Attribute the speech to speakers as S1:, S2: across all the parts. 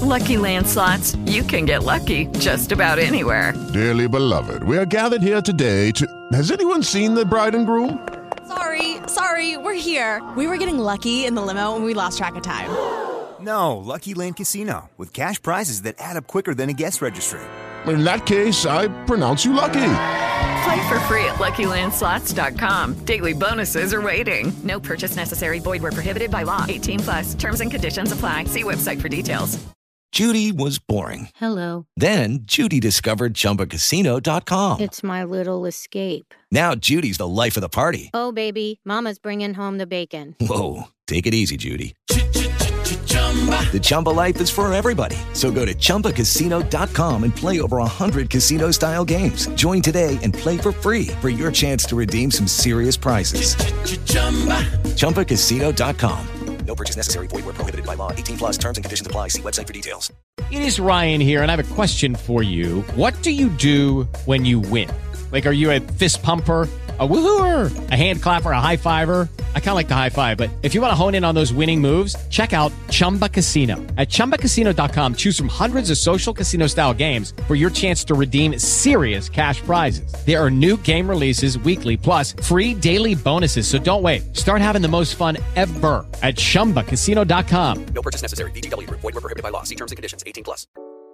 S1: Lucky Land Slots, you can get lucky just about anywhere.
S2: Dearly beloved, we are gathered here today to... Has anyone seen the bride and groom?
S3: Sorry, we're here. We were getting lucky in the limo and we lost track of time.
S4: No, Lucky Land Casino, with cash prizes that add up quicker than a guest registry.
S2: In that case, I pronounce you lucky.
S1: Play for free at LuckyLandSlots.com. Daily bonuses are waiting. No purchase necessary. Void where prohibited by law. 18+. Terms and conditions apply. See website for details.
S5: Judy was boring.
S6: Hello.
S5: Then Judy discovered ChumbaCasino.com.
S6: It's my little escape.
S5: Now Judy's the life of the party.
S6: Oh, baby, mama's bringing home the bacon.
S5: Whoa, take it easy, Judy. The Chumba life is for everybody. So go to ChumbaCasino.com and play over 100 casino-style games. Join today and play for free for your chance to redeem some serious prizes. ChumbaCasino.com. No purchase necessary. Void where prohibited by law. 18+. Terms and conditions apply. See website for details.
S7: It is Ryan here, and I have a question for you. What do you do when you win? Like, are you a fist pumper, a woohooer, a hand clapper, a high fiver? I kind of like the high five, but if you want to hone in on those winning moves, check out Chumba Casino. At ChumbaCasino.com, choose from hundreds of social casino-style games for your chance to redeem serious cash prizes. There are new game releases weekly, plus free daily bonuses, so don't wait. Start having the most fun ever at ChumbaCasino.com.
S5: No purchase necessary. VGW. Void where prohibited by law. See terms and conditions. 18+.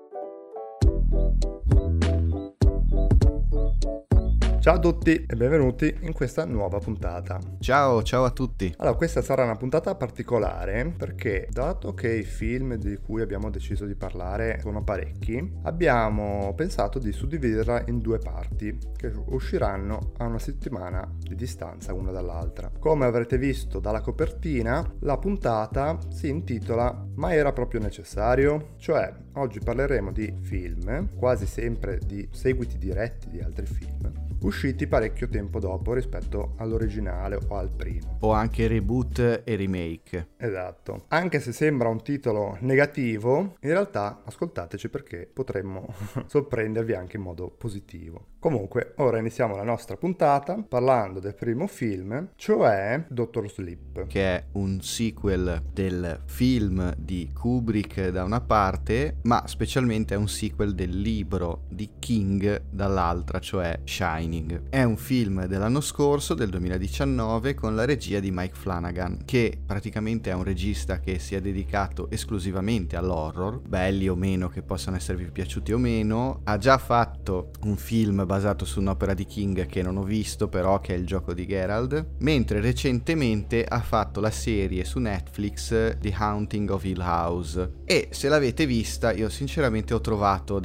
S8: Ciao a tutti e benvenuti in questa nuova puntata.
S9: Ciao a tutti.
S8: Allora, questa sarà una puntata particolare perché, dato che i film di cui abbiamo deciso di parlare sono parecchi, abbiamo pensato di suddividerla in due parti che usciranno a una settimana di distanza una dall'altra. Come avrete visto dalla copertina, la puntata si intitola "Ma era proprio necessario?". Cioè, oggi parleremo di film, quasi sempre di seguiti diretti di altri film, usciti parecchio tempo dopo rispetto all'originale o al primo.
S9: O anche reboot e remake.
S8: Esatto. Anche se sembra un titolo negativo, in realtà ascoltateci perché potremmo sorprendervi anche in modo positivo. Comunque, ora iniziamo la nostra puntata parlando del primo film, cioè Dr. Sleep,
S9: che è un sequel del film di Kubrick da una parte, ma specialmente è un sequel del libro di King dall'altra, cioè Shining. È un film dell'anno scorso, del 2019, con la regia di Mike Flanagan, che praticamente è un regista che si è dedicato esclusivamente all'horror, belli o meno, che possano esservi piaciuti o meno. Ha già fatto un film basato su un'opera di King che non ho visto però, che è Il gioco di Geralt, mentre recentemente ha fatto la serie su Netflix The Haunting of Hill House, e se l'avete vista io sinceramente ho trovato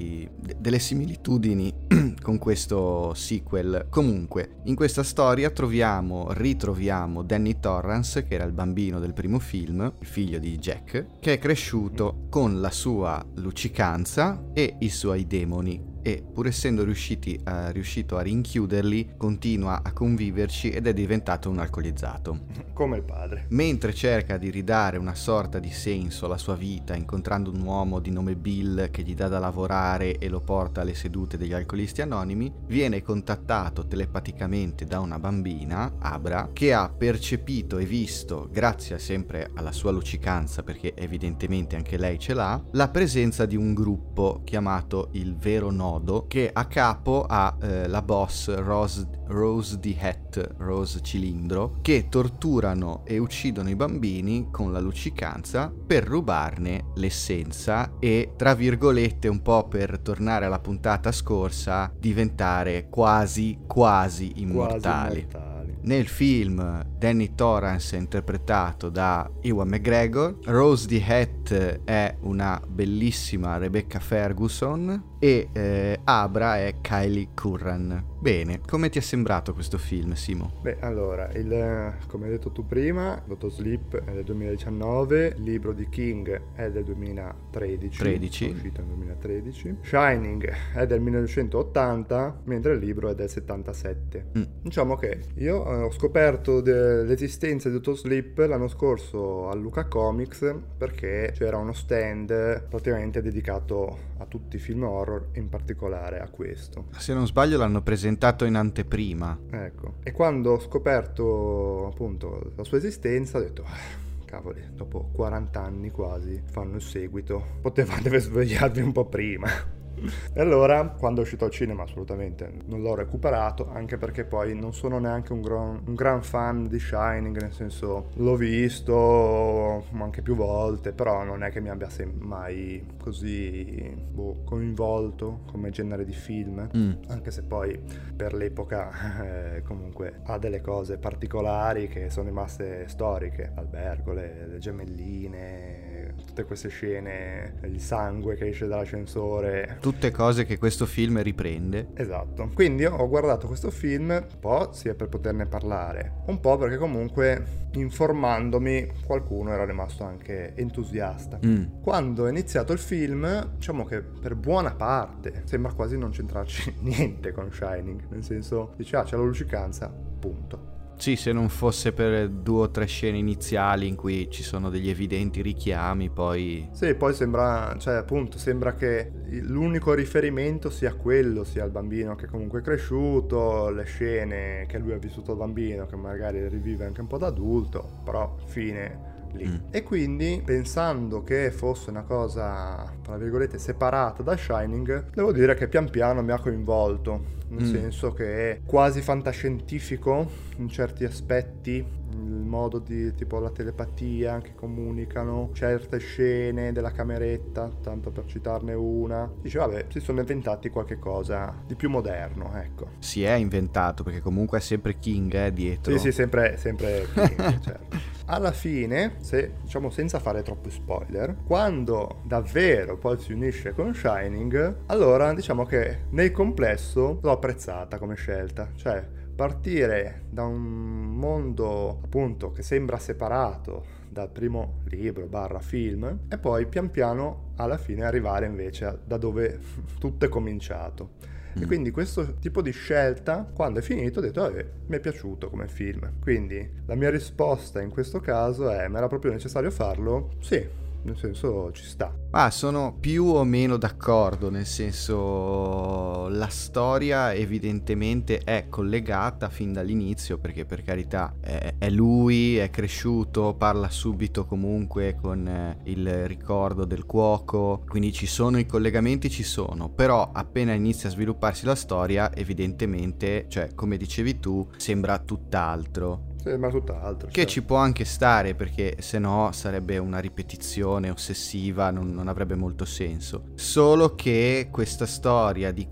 S9: delle similitudini con questo sequel. Comunque, in questa storia ritroviamo Danny Torrance, che era il bambino del primo film, il figlio di Jack, che è cresciuto con la sua luccicanza e i suoi demoni, e pur essendo riuscito a rinchiuderli, continua a conviverci ed è diventato un alcolizzato.
S8: Come il padre.
S9: Mentre cerca di ridare una sorta di senso alla sua vita, incontrando un uomo di nome Bill che gli dà da lavorare e lo porta alle sedute degli alcolisti anonimi, viene contattato telepaticamente da una bambina, Abra, che ha percepito e visto, grazie sempre alla sua luccicanza, perché evidentemente anche lei ce l'ha, la presenza di un gruppo chiamato il Vero Nodo, che a capo ha la boss Rose the Hat, Rose Cilindro, che torturano e uccidono i bambini con la luccicanza per rubarne l'essenza e, tra virgolette, un po' per tornare alla puntata scorsa, diventare quasi immortali. Nel film Danny Torrance è interpretato da Ewan McGregor, Rose the Hat è una bellissima Rebecca Ferguson e Abra è Kylie Curran. Bene, come ti è sembrato questo film, Simo?
S8: Beh, allora, come hai detto tu prima, Dr. Sleep è del 2019, il libro di King è del 2013, è uscito nel 2013, Shining è del 1980, mentre il libro è del 77. Diciamo che io ho scoperto l'esistenza di Dr. Sleep l'anno scorso al Luca Comics, perché c'era uno stand praticamente dedicato a tutti i film horror, in particolare a questo.
S9: Se non sbaglio l'hanno presentato in anteprima.
S8: Ecco, e quando ho scoperto appunto la sua esistenza ho detto cavoli, dopo 40 anni quasi fanno il seguito, potevate svegliarvi un po' prima. E allora, quando è uscito al cinema, assolutamente non l'ho recuperato, anche perché poi non sono neanche un gran fan di Shining, nel senso l'ho visto anche più volte, però non è che mi abbia mai così coinvolto come genere di film, anche se poi per l'epoca comunque ha delle cose particolari che sono rimaste storiche, l'albergo, le gemelline, tutte queste scene, il sangue che esce dall'ascensore,
S9: tutte cose che questo film riprende.
S8: Esatto. Quindi ho guardato questo film un po' sia per poterne parlare, un po' perché comunque informandomi qualcuno era rimasto anche entusiasta. Quando è iniziato il film, diciamo che per buona parte sembra quasi non c'entrarci niente con Shining, nel senso dice c'è la luccicanza, punto.
S9: Sì, se non fosse per 2 o 3 scene iniziali in cui ci sono degli evidenti richiami, poi...
S8: Sì, poi sembra che l'unico riferimento sia quello, sia il bambino che comunque è cresciuto, le scene che lui ha vissuto da bambino, che magari rivive anche un po' da adulto, però fine... lì. E quindi, pensando che fosse una cosa tra virgolette separata da Shining, devo dire che pian piano mi ha coinvolto, nel senso che è quasi fantascientifico in certi aspetti, il modo di tipo la telepatia che comunicano, certe scene della cameretta, tanto per citarne una, dice vabbè, si sono inventati qualche cosa di più moderno, ecco.
S9: Si è inventato, perché comunque è sempre King dietro.
S8: Sì, sempre King, certo. Alla fine, diciamo senza fare troppi spoiler, quando davvero poi si unisce con Shining, allora diciamo che nel complesso l'ho apprezzata come scelta, cioè partire da un mondo appunto che sembra separato dal primo libro / film e poi pian piano alla fine arrivare invece da dove tutto è cominciato. E quindi questo tipo di scelta, quando è finito, ho detto mi è piaciuto come film. Quindi la mia risposta in questo caso è: ma era proprio necessario farlo? Sì, nel senso ci sta.
S9: Sono più o meno d'accordo, nel senso la storia evidentemente è collegata fin dall'inizio, perché per carità è lui, è cresciuto, parla subito comunque con il ricordo del cuoco, quindi ci sono i collegamenti, però appena inizia a svilupparsi la storia evidentemente, cioè come dicevi tu, sembra tutt'altro.
S8: Ma tutt'altro,
S9: che
S8: certo.
S9: Ci può anche stare, perché se no sarebbe una ripetizione ossessiva, non avrebbe molto senso. Solo che questa storia di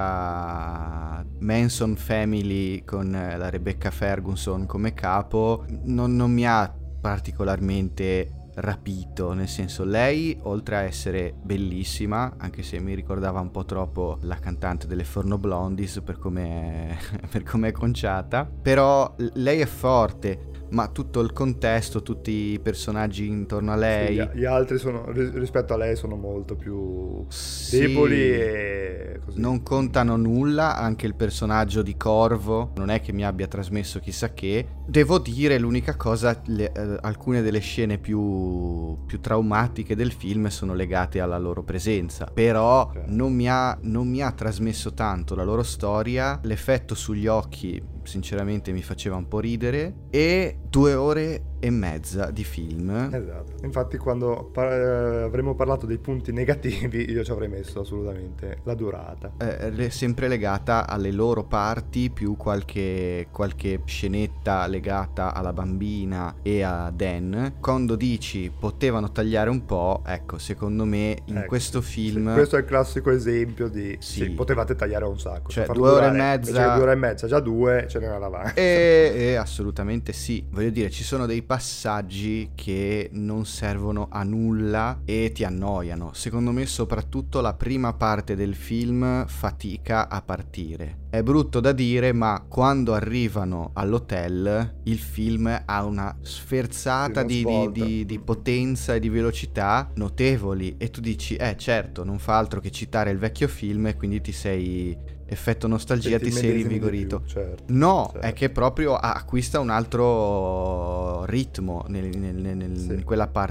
S9: questa Manson Family con la Rebecca Ferguson come capo non mi ha particolarmente rapito, nel senso, lei oltre a essere bellissima, anche se mi ricordava un po' troppo la cantante delle Forno Blondies per come è conciata, però lei è forte, ma tutto il contesto, tutti i personaggi intorno a lei,
S8: sì, gli altri rispetto a lei sono molto più deboli e così.
S9: Non contano nulla. Anche il personaggio di Corvo non è che mi abbia trasmesso chissà che. Devo dire, l'unica cosa, alcune delle scene più traumatiche del film sono legate alla loro presenza, però non mi ha trasmesso tanto la loro storia. L'effetto sugli occhi sinceramente mi faceva un po' ridere, e 2 ore e mezza di film.
S8: Esatto. Infatti quando avremmo parlato dei punti negativi io ci avrei messo assolutamente la durata.
S9: Sempre legata alle loro parti, più qualche scenetta legata alla bambina e a Dan. Quando dici potevano tagliare un po', ecco, secondo me in questo film...
S8: Sì, questo è il classico esempio di sì, potevate tagliare un sacco.
S9: Cioè 2 ore e mezza...
S8: 2 ore e mezza, già 2 ce n'era davanti.
S9: E assolutamente sì. Voglio dire, ci sono dei passaggi che non servono a nulla e ti annoiano. Secondo me soprattutto la prima parte del film fatica a partire. È brutto da dire, ma quando arrivano all'hotel il film ha una sferzata di potenza e di velocità notevoli, e tu dici certo, non fa altro che citare il vecchio film, e quindi ti sei... effetto nostalgia, ti sei rinvigorito.
S8: Certo.
S9: È che proprio acquista un altro ritmo in quella parte lì.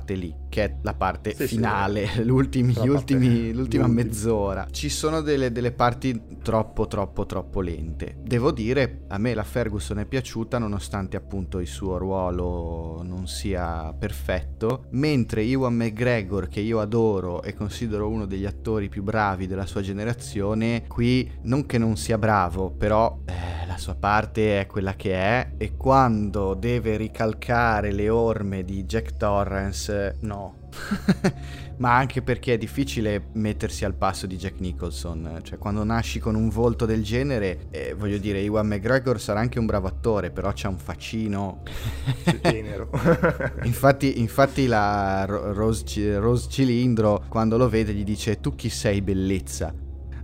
S9: che è la parte finale, l'ultima mezz'ora. Ci sono delle parti troppo lente. Devo dire, a me la Ferguson è piaciuta nonostante appunto il suo ruolo non sia perfetto, mentre Ewan McGregor, che io adoro e considero uno degli attori più bravi della sua generazione, qui non che non sia bravo, però la sua parte è quella che è, e quando deve ricalcare le orme di Jack Torrance, no. Ma anche perché è difficile mettersi al passo di Jack Nicholson, cioè quando nasci con un volto del genere, voglio dire, Ewan McGregor sarà anche un bravo attore, però c'ha un faccino
S8: tenero.
S9: infatti la Rose Cilindro, quando lo vede, gli dice: tu chi sei, bellezza?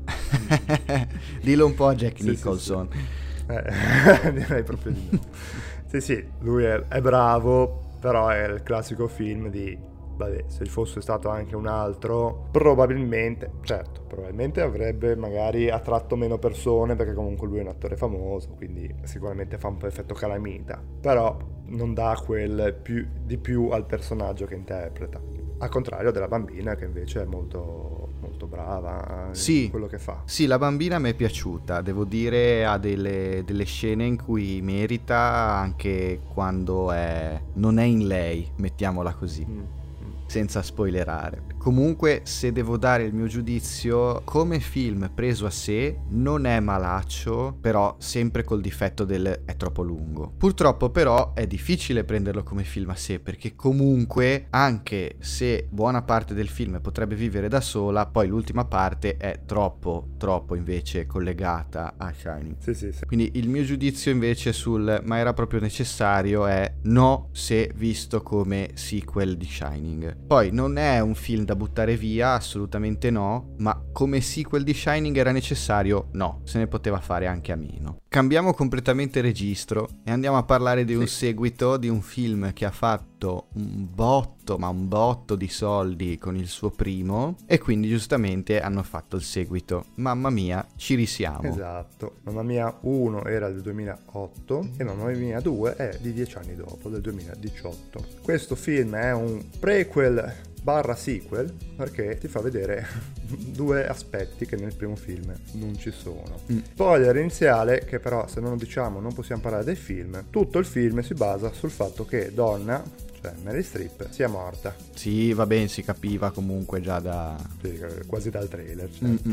S9: Dillo un po' a Jack Nicholson.
S8: Direi proprio di no. Sì, lui è bravo, però è il classico film di vabbè, se fosse stato anche un altro, probabilmente avrebbe magari attratto meno persone, perché comunque lui è un attore famoso, quindi sicuramente fa un po' effetto calamita, però non dà quel di più al personaggio che interpreta, al contrario della bambina, che invece è molto molto brava in quello che fa.
S9: Sì, la bambina mi è piaciuta, devo dire, ha delle scene in cui merita, anche quando non è in lei, mettiamola così. Senza spoilerare. Comunque, se devo dare il mio giudizio, come film preso a sé non è malaccio, però sempre col difetto è troppo lungo. Purtroppo però è difficile prenderlo come film a sé, perché comunque, anche se buona parte del film potrebbe vivere da sola, poi l'ultima parte è troppo invece collegata a Shining.
S8: Sì.
S9: Quindi il mio giudizio invece ma era proprio necessario è no, se visto come sequel di Shining. Poi non è un film da buttare via, assolutamente no, ma come sequel di Shining era necessario? No, se ne poteva fare anche a meno. Cambiamo completamente registro e andiamo a parlare di un seguito di un film che ha fatto un botto di soldi con il suo primo, e quindi giustamente hanno fatto il seguito. Mamma Mia, ci risiamo.
S8: Esatto. Mamma Mia 1 era del 2008 e Mamma Mia 2 è di 10 anni dopo, del 2018. Questo film è un prequel / sequel, perché ti fa vedere due aspetti che nel primo film non ci sono. Spoiler iniziale, che però se non lo diciamo non possiamo parlare del film. Tutto il film si basa sul fatto che Donna, cioè Meryl Streep, sia morta.
S9: Sì, va bene, si capiva comunque già
S8: quasi dal trailer,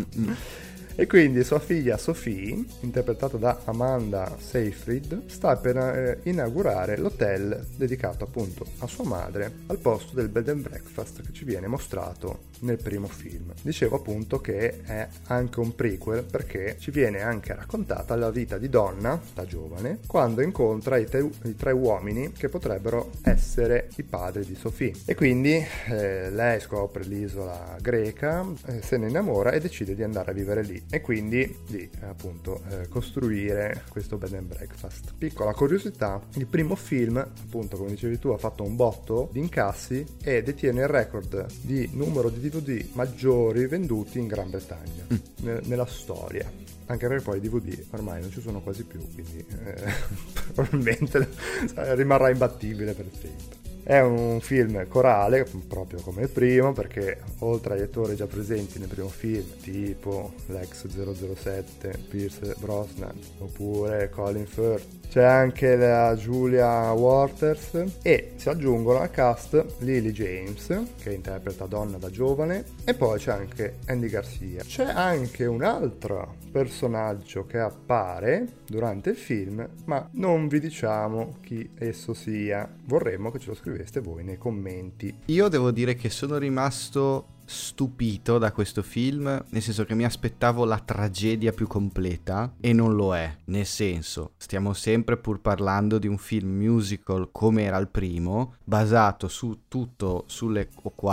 S8: E quindi sua figlia Sophie, interpretata da Amanda Seyfried, sta per inaugurare l'hotel dedicato appunto a sua madre, al posto del bed and breakfast che ci viene mostrato nel primo film. Dicevo appunto che è anche un prequel, perché ci viene anche raccontata la vita di Donna, da giovane, quando incontra i tre uomini che potrebbero essere i padri di Sophie. E quindi lei scopre l'isola greca, se ne innamora e decide di andare a vivere lì, e quindi di appunto costruire questo bed and breakfast. Piccola curiosità, il primo film, appunto come dicevi tu, ha fatto un botto di incassi e detiene il record di numero di DVD maggiori venduti in Gran Bretagna nella storia, anche perché poi i DVD ormai non ci sono quasi più, quindi probabilmente rimarrà imbattibile per sempre. È un film corale, proprio come il primo, perché oltre agli attori già presenti nel primo film, tipo l'ex 007 Pierce Brosnan oppure Colin Firth, c'è anche la Julia Waters, e si aggiungono al cast Lily James, che interpreta Donna da giovane, e poi c'è anche Andy Garcia. C'è anche un altro personaggio che appare durante il film, ma non vi diciamo chi esso sia. Vorremmo che ce lo scriveste voi nei commenti.
S9: Io devo dire che sono rimasto stupito da questo film, nel senso che mi aspettavo la tragedia più completa e non lo è, nel senso, stiamo sempre pur parlando di un film musical come era il primo, basato su tutto sulle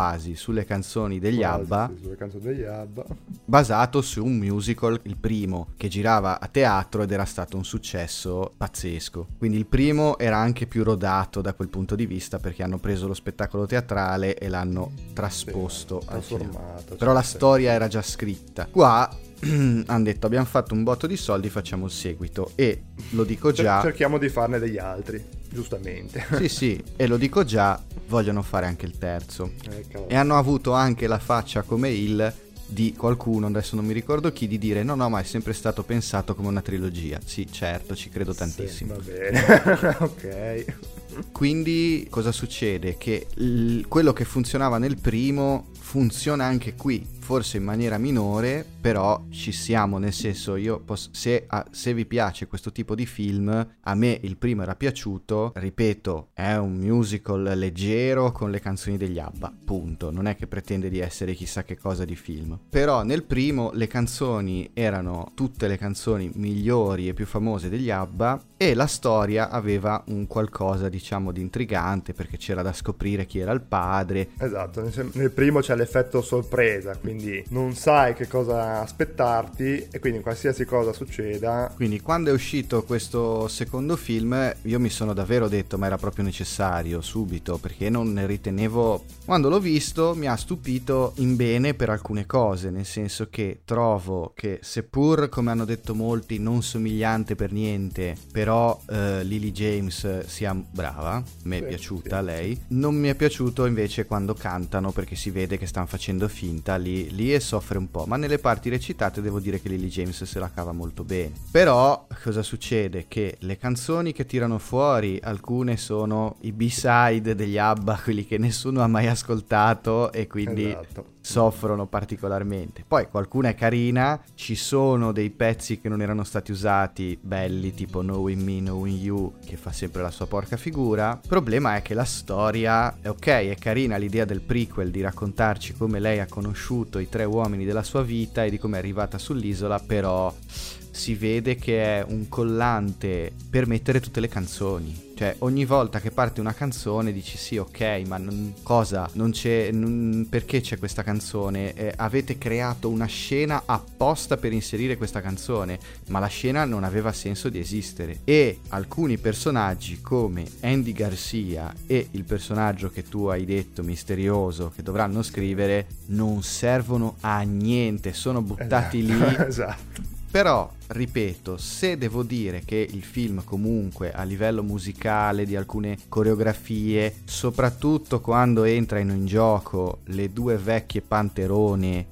S9: canzoni degli ABBA,
S8: sulle canzoni degli ABBA,
S9: basato su un musical, il primo, che girava a teatro ed era stato un successo pazzesco. Quindi il primo era anche più rodato da quel punto di vista, perché hanno preso lo spettacolo teatrale e l'hanno trasposto al
S8: formato,
S9: però la storia era già scritta. Qua hanno detto: abbiamo fatto un botto di soldi, facciamo il seguito, e lo dico già,
S8: cerchiamo di farne degli altri. giustamente.
S9: Sì, e lo dico già, vogliono fare anche il terzo. E hanno avuto anche la faccia come di qualcuno, adesso non mi ricordo chi, di dire no ma è sempre stato pensato come una trilogia. Sì, certo, ci credo tantissimo.
S8: Sì, va bene. Ok.
S9: Quindi cosa succede? Che quello che funzionava nel primo funziona anche qui, forse in maniera minore, però ci siamo, nel senso se vi piace questo tipo di film, a me il primo era piaciuto, ripeto, è un musical leggero con le canzoni degli ABBA, punto, non è che pretende di essere chissà che cosa di film, però nel primo le canzoni erano tutte le canzoni migliori e più famose degli ABBA e la storia aveva un qualcosa diciamo di intrigante perché c'era da scoprire chi era il padre.
S8: Esatto, nel primo c'è l'effetto sorpresa, quindi non sai che cosa aspettarti e quindi qualsiasi cosa succeda.
S9: Quindi quando è uscito questo secondo film io mi sono davvero detto ma era proprio necessario subito, perché non ne ritenevo, quando l'ho visto mi ha stupito in bene per alcune cose, nel senso che trovo che seppur come hanno detto molti non somigliante per niente, però Lily James sia brava, a me è piaciuta lei, non mi è piaciuto invece quando cantano perché si vede che stanno facendo finta lì e soffre un po', ma nelle parti recitate devo dire che Lily James se la cava molto bene. Però cosa succede? Che le canzoni che tirano fuori, alcune sono i B-side degli ABBA, quelli che nessuno ha mai ascoltato e quindi soffrono particolarmente. Poi qualcuna è carina, ci sono dei pezzi che non erano stati usati belli, tipo Knowing Me, Knowing You, che fa sempre la sua porca figura. Il problema è che la storia è ok, è carina l'idea del prequel di raccontarci come lei ha conosciuto i 3 uomini della sua vita e di come è arrivata sull'isola, però si vede che è un collante per mettere tutte le canzoni. Cioè ogni volta che parte una canzone dici sì, ok, ma perché c'è questa canzone? Avete creato una scena apposta per inserire questa canzone, ma la scena non aveva senso di esistere. E alcuni personaggi come Andy Garcia e il personaggio che tu hai detto misterioso che dovranno scrivere non servono a niente, sono buttati lì.
S8: Esatto.
S9: Però, ripeto, se devo dire che il film comunque a livello musicale, di alcune coreografie, soprattutto quando entrano in gioco le 2 vecchie panterone,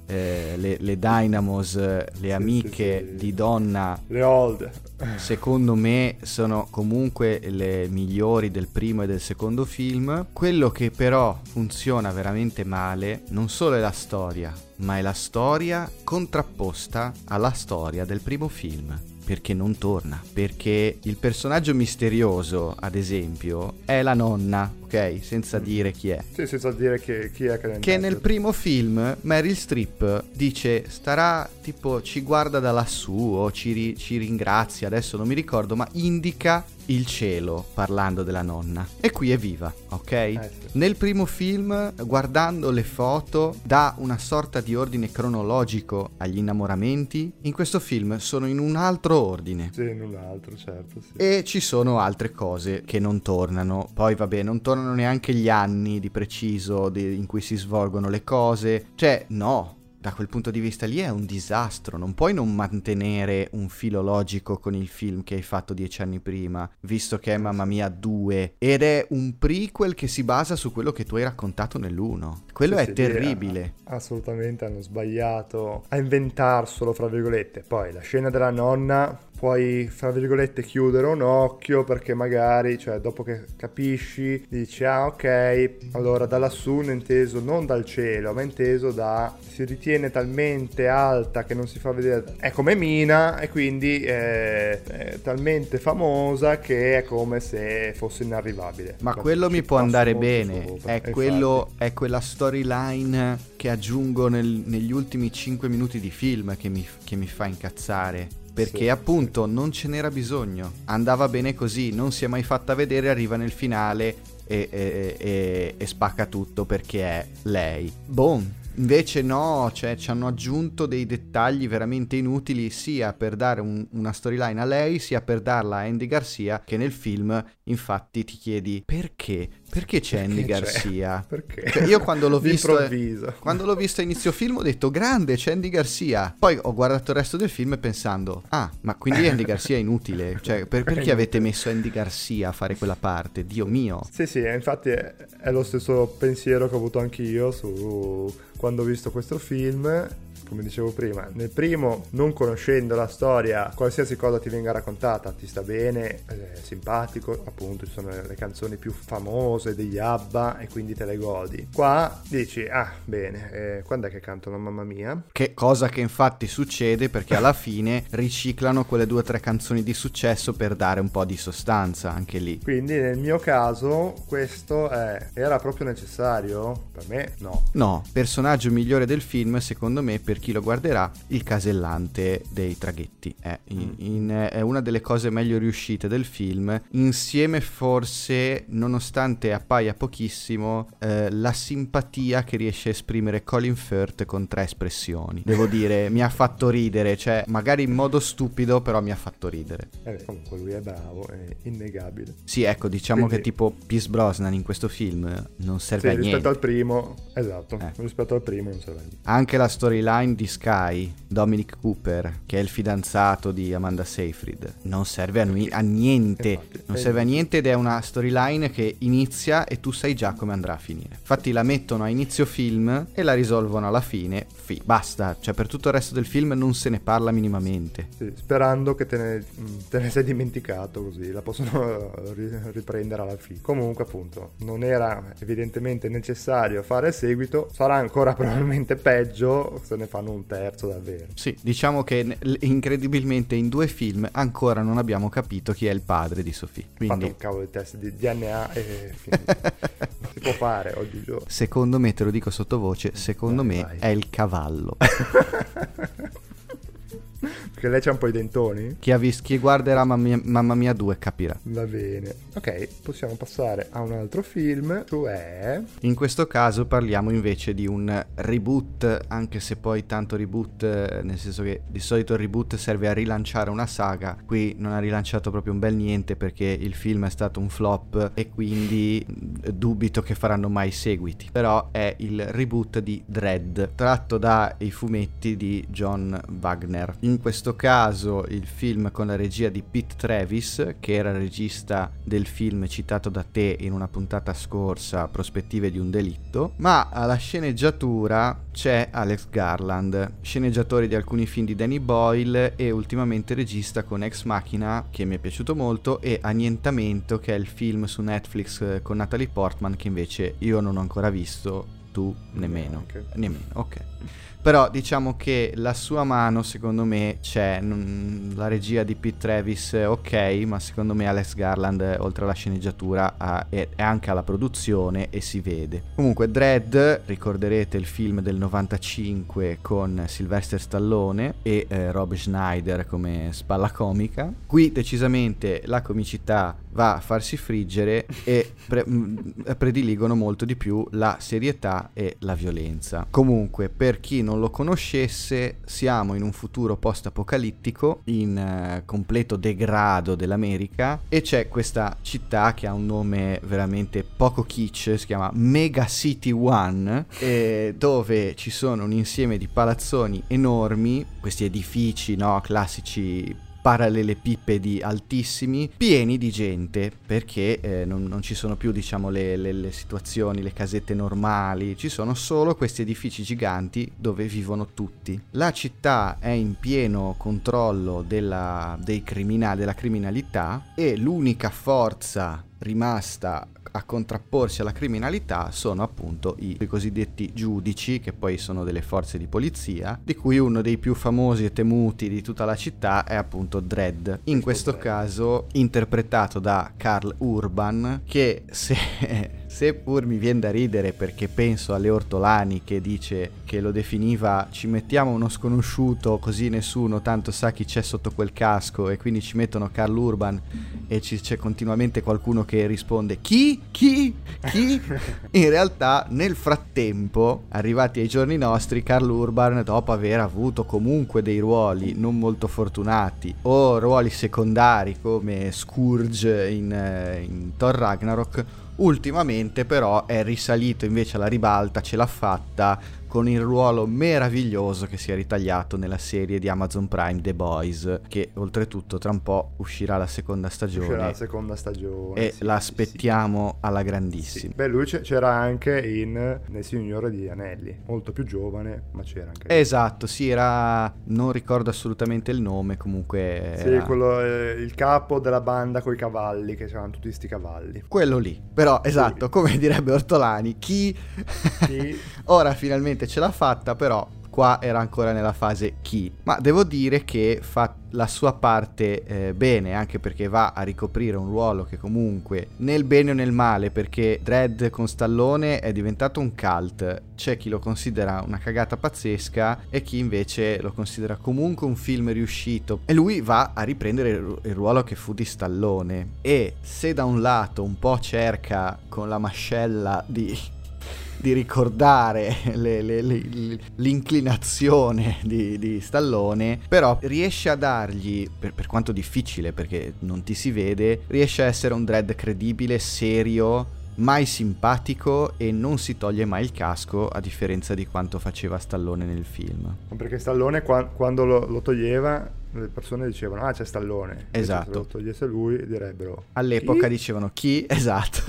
S9: le Dynamos, le amiche di Donna,
S8: le old,
S9: secondo me sono comunque le migliori del primo e del secondo film. Quello che però funziona veramente male non solo è la storia, ma è la storia contrapposta alla storia del primo film, perché non torna, perché il personaggio misterioso, ad esempio, è la nonna, ok? Senza dire chi è.
S8: Sì, senza dire chi è
S9: che nel primo film Meryl Streep dice, starà tipo ci guarda da lassù o ci ringrazia, adesso non mi ricordo, ma indica il cielo parlando della nonna, e qui è viva, ok? Sì. Nel primo film, guardando le foto, dà una sorta di ordine cronologico agli innamoramenti. In questo film sono in un altro ordine.
S8: Sì, in un altro, certo, sì.
S9: E ci sono altre cose che non tornano. Poi vabbè, non tornano neanche gli anni di preciso in cui si svolgono le cose. Cioè, no. Da quel punto di vista lì è un disastro, non puoi non mantenere un filo logico con il film che hai fatto 10 anni prima, visto che è Mamma Mia 2, ed è un prequel che si basa su quello che tu hai raccontato nell'1. Quello è terribile.
S8: Assolutamente hanno sbagliato a inventarselo, fra virgolette. Poi la scena della nonna puoi, fra virgolette, chiudere un occhio perché magari, cioè dopo che capisci, dici ah ok, allora da lassù inteso non dal cielo, ma inteso si ritiene talmente alta che non si fa vedere, è come Mina, e quindi è talmente famosa che è come se fosse inarrivabile.
S9: Ma quello mi può andare bene, è quella storyline che aggiungo negli ultimi 5 minuti di film che mi fa incazzare. Perché appunto non ce n'era bisogno, andava bene così, non si è mai fatta vedere, arriva nel finale e spacca tutto perché è lei. Boom. Invece no, cioè ci hanno aggiunto dei dettagli veramente inutili, sia per dare una storyline a lei, sia per darla a Andy Garcia, che nel film infatti ti chiedi perché perché c'è Andy Garcia?
S8: Perché?
S9: Cioè, io quando l'ho visto
S8: D'improvviso.
S9: a inizio film ho detto grande, c'è Andy Garcia. Poi ho guardato il resto del film pensando, ma quindi Andy Garcia è inutile, cioè perché avete messo Andy Garcia a fare quella parte? Dio mio.
S8: Sì, infatti è lo stesso pensiero che ho avuto anch'io quando ho visto questo film. Come dicevo prima, nel primo, non conoscendo la storia, qualsiasi cosa ti venga raccontata ti sta bene, è simpatico, appunto ci sono le canzoni più famose degli ABBA e quindi te le godi. Qua dici, bene, quando è che cantano Mamma Mia?
S9: Che cosa che infatti succede, perché alla fine riciclano quelle 2 o 3 canzoni di successo per dare un po' di sostanza anche lì.
S8: Quindi nel mio caso questo era proprio necessario? Per me no.
S9: Personaggio migliore del film secondo me, per chi lo guarderà, il casellante dei traghetti è una delle cose meglio riuscite del film, insieme forse, nonostante appaia pochissimo, la simpatia che riesce a esprimere Colin Firth con 3 espressioni. Devo dire, mi ha fatto ridere, cioè magari in modo stupido, però mi ha fatto ridere.
S8: Comunque lui è bravo, è innegabile.
S9: Sì, ecco, diciamo che tipo Pierce Brosnan in questo film non serve a niente
S8: rispetto al primo, esatto, rispetto al primo non serve a niente.
S9: Anche la storyline di Sky, Dominic Cooper, che è il fidanzato di Amanda Seyfried, non serve a niente.
S8: Infatti,
S9: non serve a niente, ed è una storyline che inizia e tu sai già come andrà a finire. Infatti la mettono a inizio film e la risolvono alla fine. Basta, cioè per tutto il resto del film non se ne parla minimamente.
S8: Sì, sperando che te ne sei dimenticato, così la possono riprendere alla fine. Comunque appunto non era evidentemente necessario fare il seguito, sarà ancora probabilmente peggio se ne fanno un terzo davvero.
S9: Sì, diciamo che incredibilmente in 2 film ancora non abbiamo capito chi è il padre di Sophie. Quindi
S8: fatto un cavolo di test di DNA e si può fare oggigiorno.
S9: Secondo me, te lo dico sottovoce, vai. È il cavallo.
S8: Perché lei c'ha un po' i dentoni.
S9: Chi guarderà Mamma Mia 2 capirà.
S8: Va bene. Ok, possiamo passare a un altro film, cioè...
S9: In questo caso parliamo invece di un reboot, anche se poi tanto reboot, nel senso che di solito il reboot serve a rilanciare una saga. Qui non ha rilanciato proprio un bel niente, perché il film è stato un flop e quindi dubito che faranno mai seguiti. Però è il reboot di Dredd, tratto dai fumetti di John Wagner. In questo caso il film con la regia di Pete Travis, che era regista del film citato da te in una puntata scorsa, Prospettive di un delitto, ma alla sceneggiatura c'è Alex Garland, sceneggiatore di alcuni film di Danny Boyle e ultimamente regista con Ex Machina, che mi è piaciuto molto, e Annientamento, che è il film su Netflix con Natalie Portman, che invece io non ho ancora visto, tu nemmeno. Ok. Però diciamo che la sua mano secondo me c'è, la regia di Pete Travis ok, ma secondo me Alex Garland oltre alla sceneggiatura è anche alla produzione e si vede. Comunque Dredd, ricorderete il film del 95 con Sylvester Stallone e Rob Schneider come spalla comica. Qui decisamente la comicità va a farsi friggere e prediligono molto di più la serietà e la violenza. Comunque, per chi non lo conoscesse, siamo in un futuro post-apocalittico in completo degrado dell'America, e c'è questa città che ha un nome veramente poco kitsch, si chiama Mega City One, dove ci sono un insieme di palazzoni enormi, questi edifici, no, classici parallelepipedi altissimi, pieni di gente, perché non ci sono più, diciamo, le situazioni, le casette normali, ci sono solo questi edifici giganti dove vivono tutti. La città è in pieno controllo della criminalità, e l'unica forza rimasta a contrapporsi alla criminalità sono appunto i cosiddetti giudici, che poi sono delle forze di polizia, di cui uno dei più famosi e temuti di tutta la città è appunto Dredd, in questo caso interpretato da Karl Urban, che seppur mi viene da ridere perché penso alle Ortolani, che dice che lo definiva ci mettiamo uno sconosciuto così nessuno tanto sa chi c'è sotto quel casco, e quindi ci mettono Karl Urban e c'è continuamente qualcuno che risponde chi? In realtà nel frattempo, arrivati ai giorni nostri, Karl Urban, dopo aver avuto comunque dei ruoli non molto fortunati o ruoli secondari come Scourge in Thor Ragnarok, Ultimamente però è risalito invece alla ribalta, ce l'ha fatta con il ruolo meraviglioso che si è ritagliato nella serie di Amazon Prime The Boys, che oltretutto tra un po' uscirà la seconda stagione.
S8: Uscirà la seconda stagione.
S9: E la aspettiamo alla grandissima.
S8: Sì. Beh, lui c'era anche nel Signore degli Anelli, molto più giovane, ma c'era anche.
S9: Esatto, sì, era... non ricordo assolutamente il nome, comunque era...
S8: Sì, quello, il capo della banda coi cavalli, che c'erano tutti sti cavalli.
S9: Quello lì, però esatto, come direbbe Ortolani, chi... Ora finalmente ce l'ha fatta, però qua era ancora nella fase chi. Ma devo dire che fa la sua parte bene, anche perché va a ricoprire un ruolo che comunque nel bene o nel male, perché Dredd con Stallone è diventato un cult. C'è chi lo considera una cagata pazzesca e chi invece lo considera comunque un film riuscito, e lui va a riprendere il ruolo che fu di Stallone. E se da un lato un po' cerca con la mascella di ricordare l'inclinazione di Stallone, però riesce a dargli, per quanto difficile perché non ti si vede, riesce a essere un Dredd credibile, serio, mai simpatico e non si toglie mai il casco, a differenza di quanto faceva Stallone nel film.
S8: Perché Stallone quando lo toglieva, le persone dicevano c'è Stallone.
S9: Esatto.
S8: Se lo togliesse lui direbbero
S9: all'epoca
S8: chi?
S9: Dicevano chi? Esatto.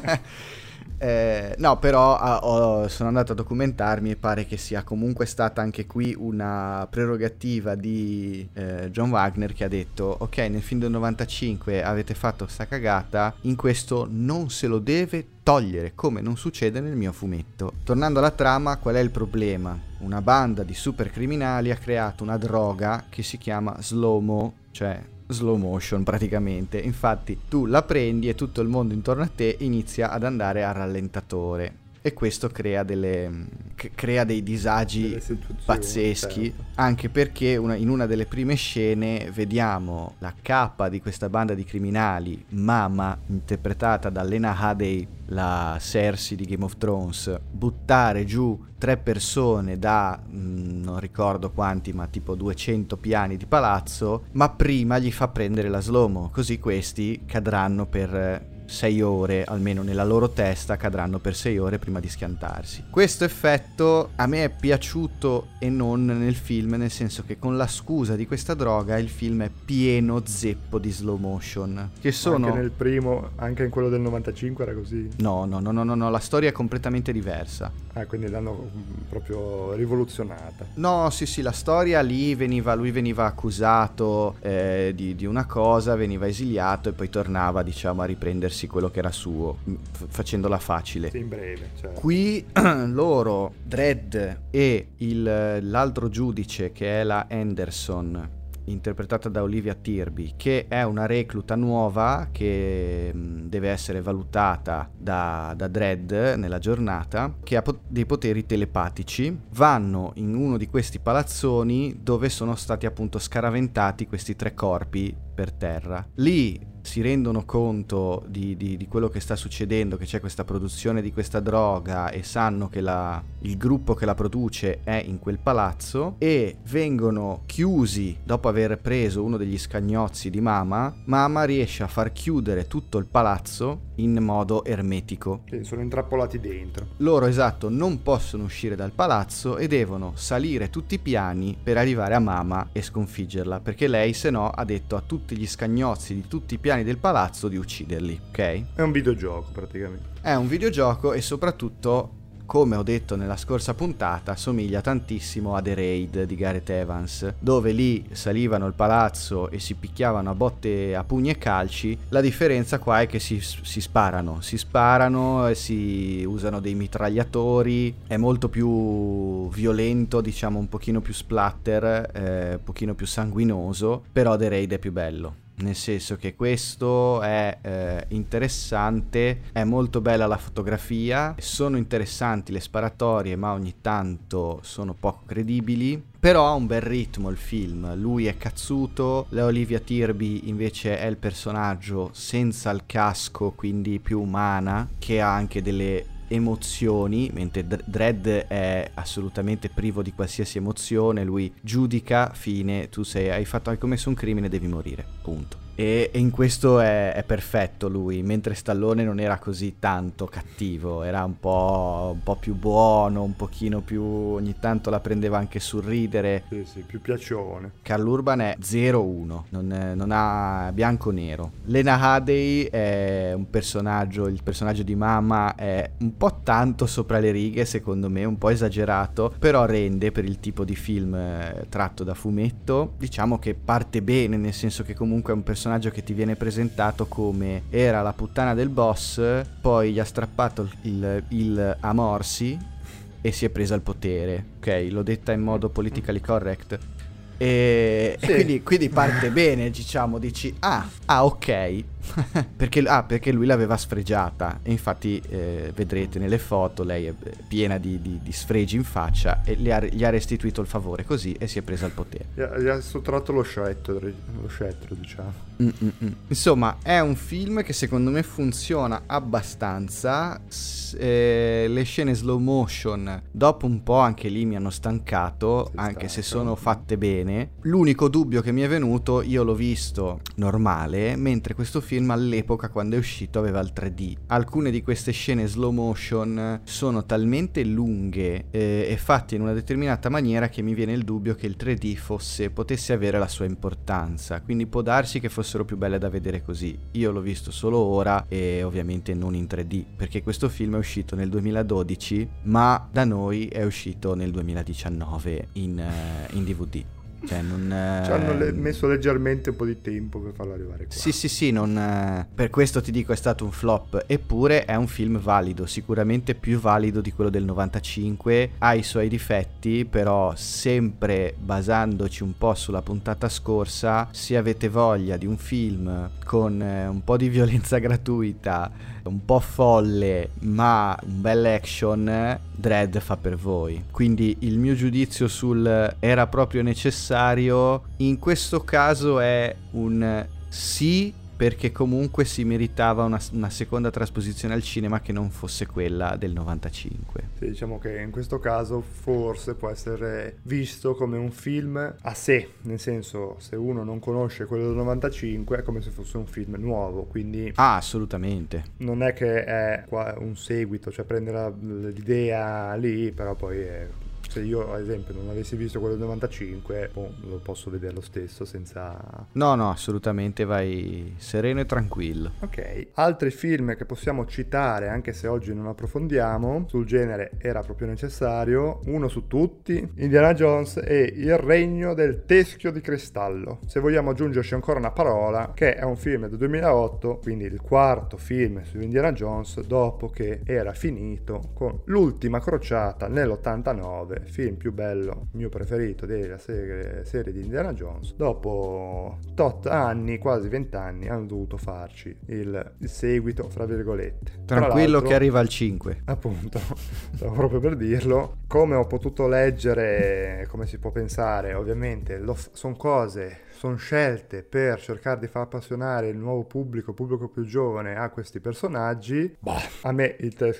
S9: No, però sono andato a documentarmi e pare che sia comunque stata anche qui una prerogativa di John Wagner, che ha detto ok, nel film del 95 avete fatto sta cagata, in questo non se lo deve togliere, come non succede nel mio fumetto. Tornando alla trama, qual è il problema? Una banda di super criminali ha creato una droga che si chiama slow-mo, cioè slow motion praticamente. Infatti tu la prendi e tutto il mondo intorno a te inizia ad andare a rallentatore, e questo crea dei disagi pazzeschi, certo. Anche perché in una delle prime scene vediamo la capa di questa banda di criminali, Mama, interpretata da Lena Headey, la Cersei di Game of Thrones, buttare giù 3 persone da non ricordo quanti, ma tipo 200 piani di palazzo, ma prima gli fa prendere la slow-mo, così questi cadranno per 6 ore, almeno nella loro testa cadranno per 6 ore prima di schiantarsi. Questo effetto a me è piaciuto e non nel film, nel senso che con la scusa di questa droga il film è pieno zeppo di slow motion, che sono...
S8: Anche nel primo, anche in quello del 95 era così?
S9: No, la storia è completamente diversa.
S8: Quindi l'hanno proprio rivoluzionata.
S9: No, sì, la storia lì lui veniva accusato di una cosa, veniva esiliato e poi tornava, diciamo, a riprendersi quello che era suo, facendola facile.
S8: Sì, in breve, certo.
S9: Qui loro, Dredd e l'altro giudice, che è la Anderson, interpretata da Olivia Tirby, che è una recluta nuova che deve essere valutata da Dredd nella giornata, che ha dei poteri telepatici, vanno in uno di questi palazzoni dove sono stati appunto scaraventati questi 3 corpi per terra. Lì si rendono conto di quello che sta succedendo, che c'è questa produzione di questa droga, e sanno che il gruppo che la produce è in quel palazzo, e vengono chiusi dopo aver preso uno degli scagnozzi di Mama. Mama riesce a far chiudere tutto il palazzo in modo ermetico.
S8: Sì, sono intrappolati dentro.
S9: Loro, esatto, non possono uscire dal palazzo e devono salire tutti i piani per arrivare a Mama e sconfiggerla, perché lei se no ha detto a tutti gli scagnozzi di tutti i piani del palazzo di ucciderli, ok?
S8: È un videogioco praticamente.
S9: È un videogioco, e soprattutto, come ho detto nella scorsa puntata, somiglia tantissimo a The Raid di Gareth Evans, dove lì salivano il palazzo e si picchiavano a botte, a pugni e calci. La differenza qua è che si sparano e si usano dei mitragliatori, è molto più violento, diciamo, un pochino più splatter, un pochino più sanguinoso, però The Raid è più bello. Nel senso che questo è interessante, è molto bella la fotografia, sono interessanti le sparatorie, ma ogni tanto sono poco credibili. Però ha un bel ritmo il film, lui è cazzuto, la Olivia Tirby invece è il personaggio senza il casco, quindi più umana, che ha anche delle emozioni, mentre Dredd è assolutamente privo di qualsiasi emozione. Lui giudica, fine, tu hai commesso un crimine, devi morire, punto. E in questo è perfetto lui, mentre Stallone non era così tanto cattivo, era un po' più buono, un pochino più, ogni tanto la prendeva anche sul ridere.
S8: Sì, più piacione.
S9: Karl Urban è 0-1, non ha bianco-nero. Lena Headey è un personaggio, il personaggio di Mama è un po' tanto sopra le righe, secondo me, un po' esagerato, però rende per il tipo di film tratto da fumetto. Diciamo che parte bene, nel senso che comunque è un personaggio che ti viene presentato come era la puttana del boss, poi gli ha strappato il Amorsi e si è presa il potere, ok? L'ho detta in modo politically correct. E quindi parte bene, diciamo, dici ok perché lui l'aveva sfregiata, e infatti vedrete nelle foto lei è piena di sfregi in faccia, e gli ha restituito il favore così e si è presa il potere.
S8: Gli ha sottratto lo scettro, diciamo.
S9: Insomma, è un film che secondo me funziona abbastanza. Le scene slow motion dopo un po' anche lì mi hanno stancato, anche se sono fatte bene. L'unico dubbio che mi è venuto, io l'ho visto normale, mentre questo film all'epoca quando è uscito aveva il 3D. Alcune di queste scene slow motion sono talmente lunghe e fatte in una determinata maniera che mi viene il dubbio che il 3D potesse avere la sua importanza, quindi può darsi che fossero più belle da vedere così. Io l'ho visto solo ora e ovviamente non in 3D, perché questo film è uscito nel 2012 ma da noi è uscito nel 2019 in DVD. Cioè non
S8: ci hanno messo leggermente un po' di tempo per farlo arrivare qua.
S9: Sì, non per questo ti dico è stato un flop, eppure è un film valido, sicuramente più valido di quello del 95, ha i suoi difetti, però sempre basandoci un po' sulla puntata scorsa, se avete voglia di un film con un po' di violenza gratuita, un po' folle ma un bel action, Dredd fa per voi. Quindi il mio giudizio sul era proprio necessario in questo caso è un sì, perché comunque si meritava una seconda trasposizione al cinema che non fosse quella del 95.
S8: Sì, diciamo che in questo caso forse può essere visto come un film a sé, nel senso, se uno non conosce quello del 95 è come se fosse un film nuovo, quindi
S9: assolutamente
S8: non è che è un seguito, cioè prendere l'idea lì, però poi se io ad esempio non avessi visto quello del 95 lo posso vedere lo stesso senza...
S9: No, assolutamente, vai sereno e tranquillo.
S8: Ok, altri film che possiamo citare, anche se oggi non approfondiamo, sul genere era proprio necessario, uno su tutti, Indiana Jones e il regno del teschio di cristallo. Se vogliamo aggiungerci ancora una parola, che è un film del 2008, quindi il quarto film su Indiana Jones dopo che era finito con l'ultima crociata nell'89, film più bello, mio preferito della serie di Indiana Jones. Dopo tot anni, quasi 20 anni, hanno dovuto farci il seguito, fra virgolette.
S9: Tranquillo che arriva al 5.
S8: Appunto, stavo proprio per dirlo. Come ho potuto leggere, come si può pensare, ovviamente sono scelte per cercare di far appassionare il nuovo pubblico più giovane a questi personaggi. A me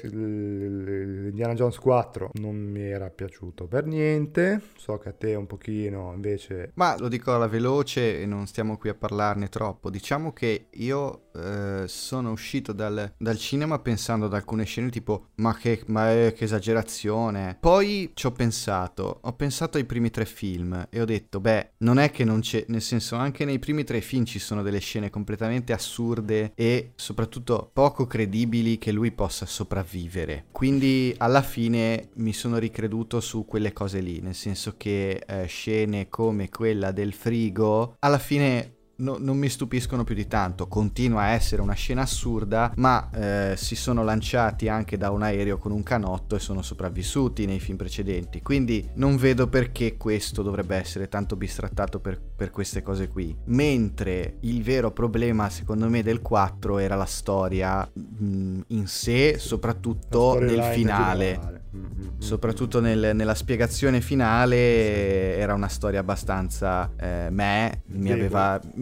S8: Indiana Jones 4 non mi era piaciuto per niente, so che a te un pochino invece...
S9: Ma lo dico alla veloce e non stiamo qui a parlarne troppo. Diciamo che io sono uscito dal cinema pensando ad alcune scene tipo ma che esagerazione. Poi ho pensato ai primi 3 film e ho detto non è che non c'è, nel senso anche nei primi 3 film ci sono delle scene completamente assurde e soprattutto poco credibili che lui possa sopravvivere. Quindi alla fine mi sono ricreduto su quelle cose lì, nel senso che scene come quella del frigo alla fine non mi stupiscono più di tanto. Continua a essere una scena assurda, ma si sono lanciati anche da un aereo con un canotto e sono sopravvissuti nei film precedenti, quindi non vedo perché questo dovrebbe essere tanto bistrattato per queste cose qui. Mentre il vero problema secondo me del 4 era la storia in sé, soprattutto nel finale. Soprattutto nella spiegazione finale era una storia abbastanza mi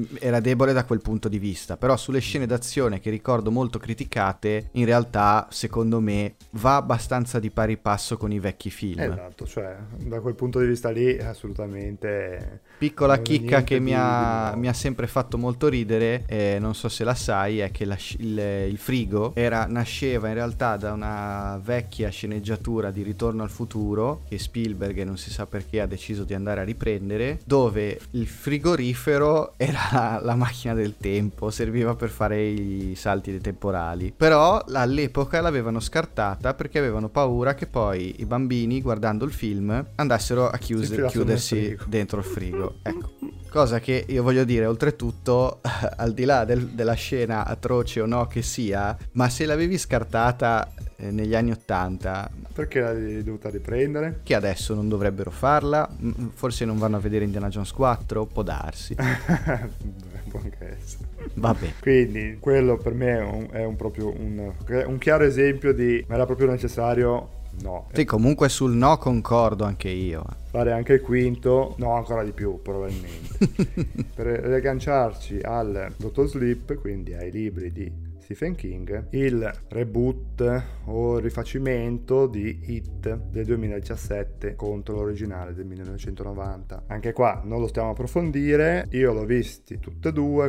S9: era debole da quel punto di vista, però sulle scene d'azione che ricordo molto criticate, in realtà secondo me va abbastanza di pari passo con i vecchi film.
S8: Esatto, cioè da quel punto di vista lì assolutamente.
S9: Piccola chicca che mi ha sempre fatto molto ridere, non so se la sai, è che il frigo nasceva in realtà da una vecchia sceneggiatura di Ritorno al futuro che Spielberg, non si sa perché, ha deciso di andare a riprendere, dove il frigorifero era la macchina del tempo, serviva per fare i salti temporali, però all'epoca l'avevano scartata perché avevano paura che poi i bambini, guardando il film, andassero a chiudersi dentro il frigo. Ecco, cosa che io voglio dire, oltretutto, al di là della scena atroce o no che sia, ma se l'avevi scartata negli anni 80,
S8: perché l'hai dovuta riprendere? Che
S9: adesso non dovrebbero farla, forse non vanno a vedere Indiana Jones 4, può darsi.
S8: Può anche essere.
S9: Vabbè.
S8: Quindi quello per me è proprio un chiaro esempio di ma era proprio necessario. No.
S9: Sì, comunque sul no concordo anche io.
S8: Fare anche il quinto, no, ancora di più probabilmente. Per riagganciarci al Dottor Sleep, quindi ai libri di Stephen King, il reboot o rifacimento di It del 2017 contro l'originale del 1990. Anche qua non lo stiamo a approfondire, io l'ho visti tutte e due.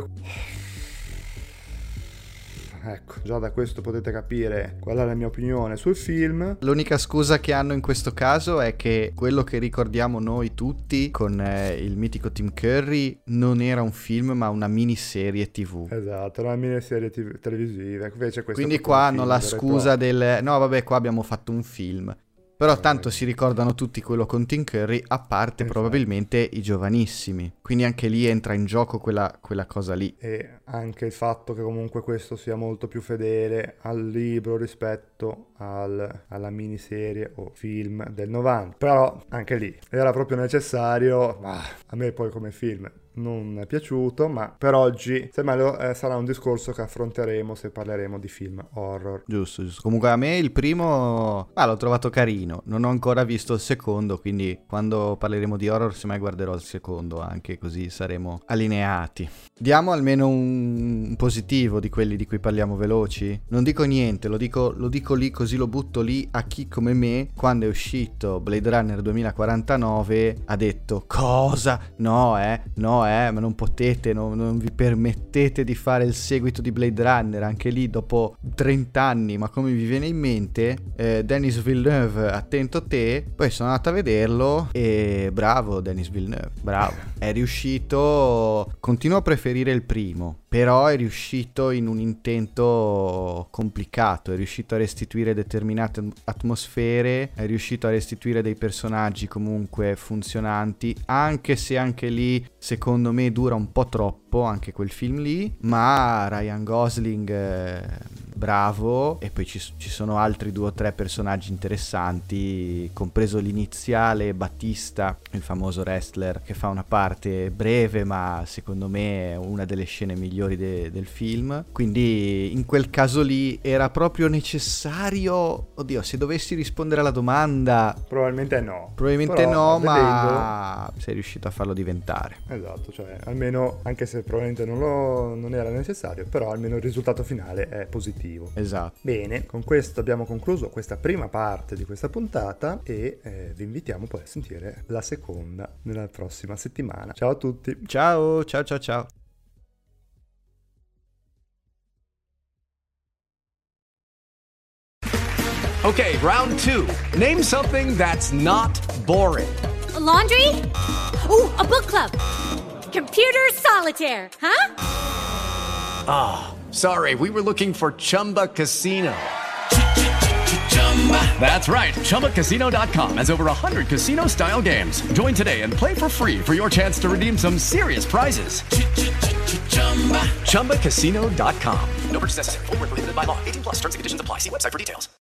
S8: Ecco, già da questo potete capire qual è la mia opinione sul film.
S9: L'unica scusa che hanno in questo caso è che quello che ricordiamo noi tutti con il mitico Tim Curry non era un film ma una miniserie TV.
S8: Esatto, una miniserie televisiva. Invece
S9: quindi qua hanno la scusa del no vabbè, qua abbiamo fatto un film. Però tanto si ricordano tutti quello con Tim Curry, a parte probabilmente i giovanissimi. Quindi anche lì entra in gioco quella cosa lì.
S8: E anche il fatto che comunque questo sia molto più fedele al libro rispetto alla miniserie o film del 90. Però anche lì era proprio necessario, ma a me poi come film non è piaciuto, ma per oggi semmai sarà un discorso che affronteremo se parleremo di film horror.
S9: Giusto. Comunque a me il primo l'ho trovato carino, non ho ancora visto il secondo, quindi quando parleremo di horror semmai guarderò il secondo anche, così saremo allineati. Diamo almeno un positivo di quelli di cui parliamo veloci. Non dico niente, lo dico lì, così lo butto lì a chi come me quando è uscito Blade Runner 2049 ha detto cosa? No, ma non potete, non vi permettete di fare il seguito di Blade Runner, anche lì dopo 30 anni, ma come vi viene in mente? Denis Villeneuve, attento te. Poi sono andato a vederlo e bravo Denis Villeneuve, bravo. È riuscito, continuo a preferire il primo, però è riuscito in un intento complicato, è riuscito a restituire determinate atmosfere, è riuscito a restituire dei personaggi comunque funzionanti, anche se anche lì secondo me dura un po' troppo anche quel film lì, ma Ryan Gosling bravo, e poi ci sono altri 2 o 3 personaggi interessanti, compreso l'iniziale Battista, il famoso wrestler che fa una parte breve ma secondo me è una delle scene migliori del film. Quindi in quel caso lì era proprio necessario, oddio, se dovessi rispondere alla domanda
S8: probabilmente no,
S9: ma sei riuscito a farlo diventare.
S8: Esatto, cioè almeno, anche se probabilmente non era necessario, però almeno il risultato finale è positivo.
S9: Esatto.
S8: Bene, con questo abbiamo concluso questa prima parte di questa puntata e vi invitiamo poi a sentire la seconda nella prossima settimana. Ciao a tutti.
S9: Ciao.
S10: Okay, round 2. Name something that's not boring.
S11: A laundry? Ooh, a book club. Computer solitaire, huh?
S10: Ah, sorry, we were looking for Chumba Casino. That's right, ChumbaCasino.com has over 100 casino-style games. Join today and play for free for your chance to redeem some serious prizes. ChumbaCasino.com. No purchase necessary. Void where prohibited by law. 18+ terms and conditions apply. See website for details.